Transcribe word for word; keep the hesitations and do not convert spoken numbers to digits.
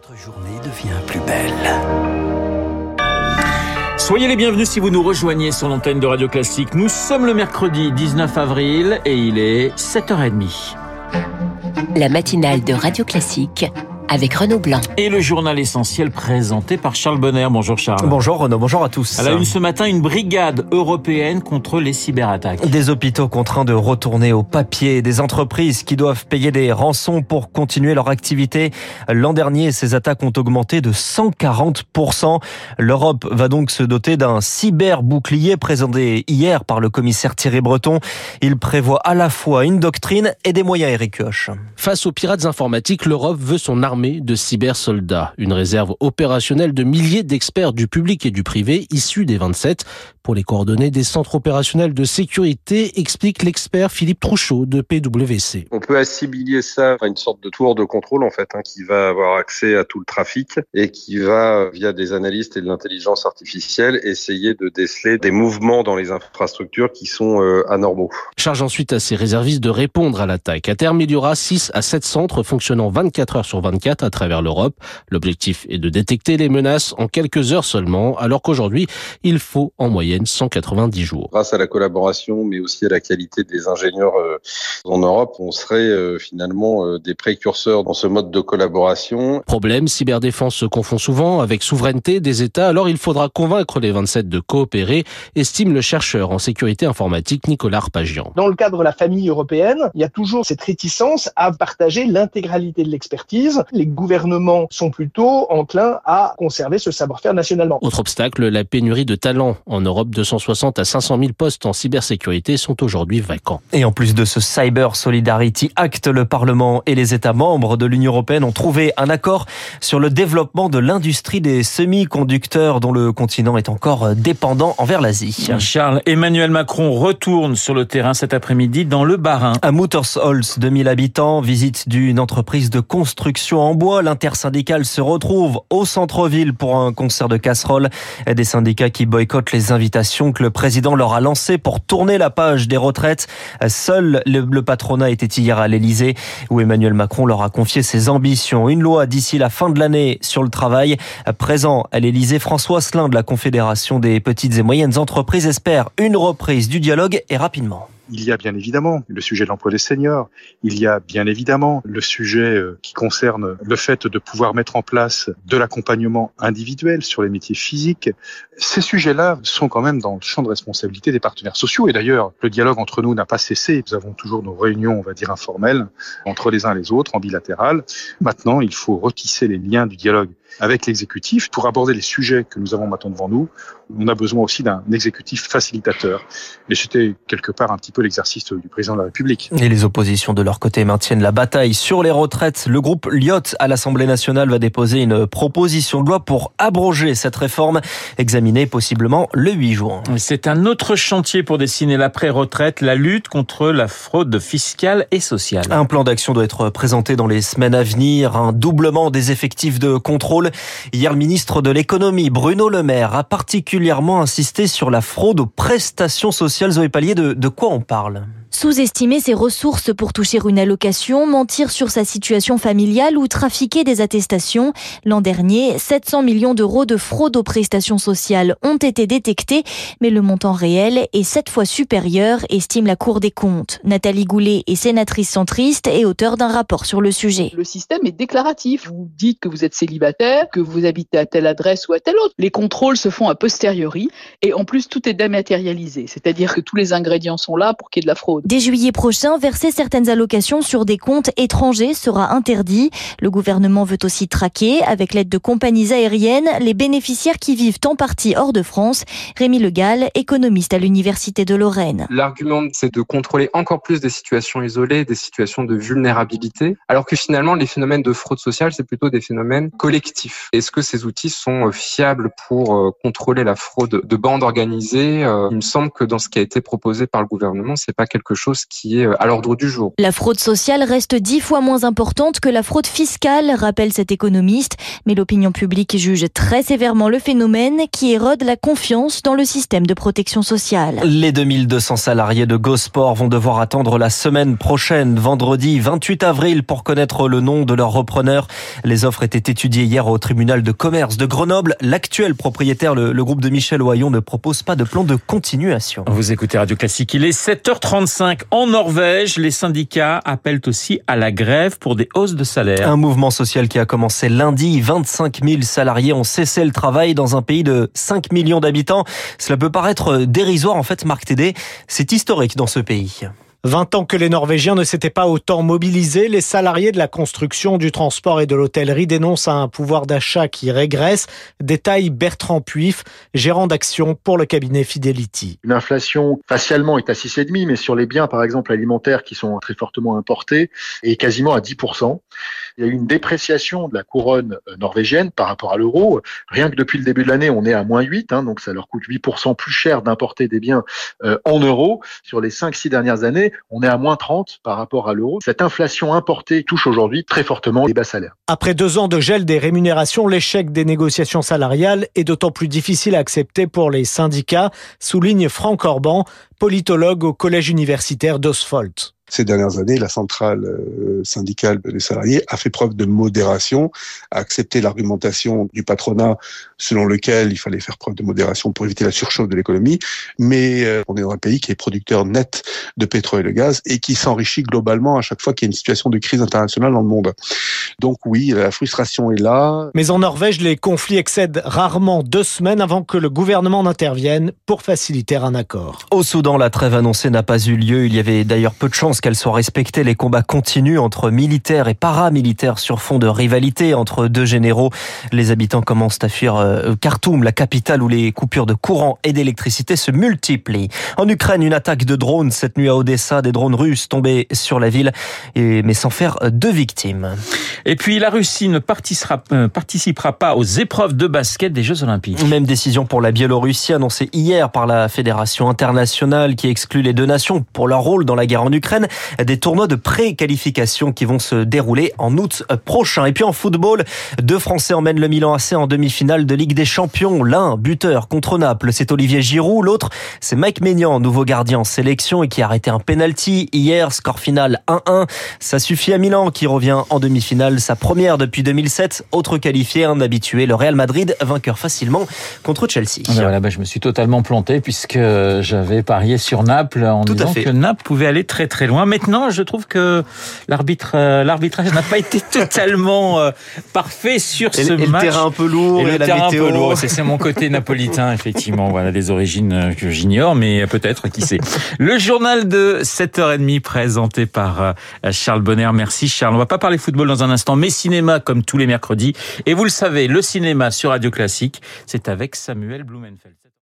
Votre journée devient plus belle. Soyez les bienvenus si vous nous rejoignez sur l'antenne de Radio Classique. Nous sommes le mercredi dix-neuf avril et il est sept heures trente. La matinale de Radio Classique avec Renaud Blanc. Et le journal essentiel présenté par Charles Bonner. Bonjour Charles. Bonjour Renaud, bonjour à tous. À la une ce matin, une brigade européenne contre les cyberattaques. Des hôpitaux contraints de retourner au papier, des entreprises qui doivent payer des rançons pour continuer leur activité. L'an dernier, ces attaques ont augmenté de cent quarante pour cent. L'Europe va donc se doter d'un cyber-bouclier présenté hier par le commissaire Thierry Breton. Il prévoit à la fois une doctrine et des moyens, Éric Kioch. Face aux pirates informatiques, l'Europe veut son armée de cybersoldats. Une réserve opérationnelle de milliers d'experts du public et du privé issus des vingt-sept pour les coordonnées des centres opérationnels de sécurité, explique l'expert Philippe Trouchot de P W C. On peut assimiler ça à une sorte de tour de contrôle en fait, hein, qui va avoir accès à tout le trafic et qui va, via des analystes et de l'intelligence artificielle, essayer de déceler des mouvements dans les infrastructures qui sont euh, anormaux. Charge ensuite à ces réservistes de répondre à l'attaque. À terme, il y aura six à sept centres fonctionnant vingt-quatre heures sur vingt-quatre à travers l'Europe. L'objectif est de détecter les menaces en quelques heures seulement, alors qu'aujourd'hui, il faut en moyenne cent quatre-vingt-dix jours. Grâce à la collaboration, mais aussi à la qualité des ingénieurs euh, en Europe, on serait euh, finalement euh, des précurseurs dans ce mode de collaboration. Problème, cyberdéfense se confond souvent avec souveraineté des États, alors il faudra convaincre les vingt-sept de coopérer, estime le chercheur en sécurité informatique Nicolas Arpagian. Dans le cadre de la famille européenne, il y a toujours cette réticence à partager l'intégralité de l'expertise. Les gouvernements sont plutôt enclins à conserver ce savoir-faire nationalement. Autre obstacle, la pénurie de talents. En Europe, deux cent soixante à cinq cent mille postes en cybersécurité sont aujourd'hui vacants. Et en plus de ce Cyber Solidarity Act, le Parlement et les États membres de l'Union européenne ont trouvé un accord sur le développement de l'industrie des semi-conducteurs dont le continent est encore dépendant envers l'Asie. Charles, Emmanuel Macron retourne sur le terrain cet après-midi dans le Bas-Rhin. À Muttersholz, deux mille habitants, visite d'une entreprise de construction en bois. L'intersyndicale se retrouve au centre-ville pour un concert de casseroles. Des syndicats qui boycottent les invitations que le président leur a lancées pour tourner la page des retraites. Seul le, le patronat était hier à l'Elysée où Emmanuel Macron leur a confié ses ambitions. Une loi d'ici la fin de l'année sur le travail. Présent à l'Elysée, François Asselin de la Confédération des petites et moyennes entreprises espère une reprise du dialogue et rapidement. Il y a bien évidemment le sujet de l'emploi des seniors. Il y a bien évidemment le sujet qui concerne le fait de pouvoir mettre en place de l'accompagnement individuel sur les métiers physiques. Ces sujets-là sont quand même dans le champ de responsabilité des partenaires sociaux. Et d'ailleurs, le dialogue entre nous n'a pas cessé. Nous avons toujours nos réunions, on va dire, informelles entre les uns et les autres, en bilatéral. Maintenant, il faut retisser les liens du dialogue avec l'exécutif pour aborder les sujets que nous avons maintenant devant nous. On a besoin aussi d'un exécutif facilitateur. Et c'était quelque part un petit peu l'exercice du président de la République. Et les oppositions de leur côté maintiennent la bataille sur les retraites. Le groupe Lyot à l'Assemblée nationale va déposer une proposition de loi pour abroger cette réforme, examinée possiblement le huit juin. C'est un autre chantier pour dessiner l'après-retraite, la lutte contre la fraude fiscale et sociale. Un plan d'action doit être présenté dans les semaines à venir, un doublement des effectifs de contrôle. Hier, le ministre de l'économie, Bruno Le Maire, a particulièrement insisté sur la fraude aux prestations sociales. Zoé Pallier, de, de quoi on parle ? Sous-estimer ses ressources pour toucher une allocation, mentir sur sa situation familiale ou trafiquer des attestations. L'an dernier, sept cents millions d'euros de fraude aux prestations sociales ont été détectés, mais le montant réel est sept fois supérieur, estime la Cour des comptes. Nathalie Goulet est sénatrice centriste et auteure d'un rapport sur le sujet. Le système est déclaratif. Vous dites que vous êtes célibataire, que vous habitez à telle adresse ou à telle autre. Les contrôles se font a posteriori et en plus tout est dématérialisé. C'est-à-dire que tous les ingrédients sont là pour qu'il y ait de la fraude. Dès juillet prochain, verser certaines allocations sur des comptes étrangers sera interdit. Le gouvernement veut aussi traquer, avec l'aide de compagnies aériennes, les bénéficiaires qui vivent en partie hors de France. Rémi Le Gall, économiste à l'Université de Lorraine. L'argument, c'est de contrôler encore plus des situations isolées, des situations de vulnérabilité, alors que finalement, les phénomènes de fraude sociale, c'est plutôt des phénomènes collectifs. Est-ce que ces outils sont fiables pour contrôler la fraude de bandes organisées ? Il me semble que dans ce qui a été proposé par le gouvernement, c'est pas quelque quelque chose qui est à l'ordre du jour. La fraude sociale reste dix fois moins importante que la fraude fiscale, rappelle cet économiste. Mais l'opinion publique juge très sévèrement le phénomène qui érode la confiance dans le système de protection sociale. Les deux mille deux cents salariés de GoSport vont devoir attendre la semaine prochaine, vendredi vingt-huit avril, pour connaître le nom de leur repreneur. Les offres étaient étudiées hier au tribunal de commerce de Grenoble. L'actuel propriétaire, le, le groupe de Michel Ohaillon, ne propose pas de plan de continuation. Vous écoutez Radio Classique, il est sept heures trente-cinq. En Norvège, les syndicats appellent aussi à la grève pour des hausses de salaire. Un mouvement social qui a commencé lundi. vingt-cinq mille salariés ont cessé le travail dans un pays de cinq millions d'habitants. Cela peut paraître dérisoire, en fait, Marc Tédé. C'est historique dans ce pays. vingt ans que les Norvégiens ne s'étaient pas autant mobilisés, les salariés de la construction, du transport et de l'hôtellerie dénoncent un pouvoir d'achat qui régresse. Détaille Bertrand Puif, gérant d'action pour le cabinet Fidelity. L'inflation facialement est à six virgule cinq, mais sur les biens, par exemple alimentaires, qui sont très fortement importés, est quasiment à dix pour cent. Il y a eu une dépréciation de la couronne norvégienne par rapport à l'euro. Rien que depuis le début de l'année, on est à moins huit, hein, donc ça leur coûte huit pour cent plus cher d'importer des biens euh, en euros. Sur les cinq six dernières années, on est à moins trente par rapport à l'euro. Cette inflation importée touche aujourd'hui très fortement les bas salaires. Après deux ans de gel des rémunérations, l'échec des négociations salariales est d'autant plus difficile à accepter pour les syndicats, souligne Franck Orban, politologue au collège universitaire d'Østfold. Ces dernières années, la centrale syndicale des salariés a fait preuve de modération, a accepté l'argumentation du patronat selon lequel il fallait faire preuve de modération pour éviter la surchauffe de l'économie. Mais on est dans un pays qui est producteur net de pétrole et de gaz et qui s'enrichit globalement à chaque fois qu'il y a une situation de crise internationale dans le monde. Donc oui, la frustration est là. Mais en Norvège, les conflits excèdent rarement deux semaines avant que le gouvernement n'intervienne pour faciliter un accord. Au Soudan, la trêve annoncée n'a pas eu lieu. Il y avait d'ailleurs peu de chances qu'elle soit respectée. Les combats continuent entre militaires et paramilitaires sur fond de rivalité entre deux généraux. Les habitants commencent à fuir Khartoum, la capitale où les coupures de courant et d'électricité se multiplient. En Ukraine, une attaque de drones cette nuit à Odessa, des drones russes tombés sur la ville, mais sans faire de victimes. Et puis la Russie ne participera, euh, participera pas aux épreuves de basket des Jeux Olympiques. Même décision pour la Biélorussie annoncée hier par la Fédération internationale qui exclut les deux nations pour leur rôle dans la guerre en Ukraine des tournois de pré-qualification qui vont se dérouler en août prochain. Et puis en football, deux Français emmènent le Milan A C en demi-finale de Ligue des Champions. L'un, buteur contre Naples, c'est Olivier Giroud. L'autre, c'est Mike Maignan, nouveau gardien en sélection et qui a arrêté un penalty hier. Score final un un. Ça suffit à Milan qui revient en demi-finale. Sa première depuis deux mille sept. Autre qualifié, un habitué, le Real Madrid, vainqueur facilement contre Chelsea. Ben voilà, ben je me suis totalement planté puisque j'avais parié sur Naples en Tout disant que Naples pouvait aller très très loin. Maintenant, je trouve que l'arbitre, l'arbitrage n'a pas été totalement euh, parfait sur et, ce et match. Le terrain un peu lourd, et, et le la terrain météo. un peu lourd. C'est, c'est mon côté napolitain, effectivement. Voilà, des origines que j'ignore, mais peut-être, qui sait. Le journal de sept heures trente présenté par Charles Bonner. Merci Charles. On va pas parler football dans un instant, mais cinéma comme tous les mercredis. Et vous le savez, le cinéma sur Radio Classique, c'est avec Samuel Blumenfeld.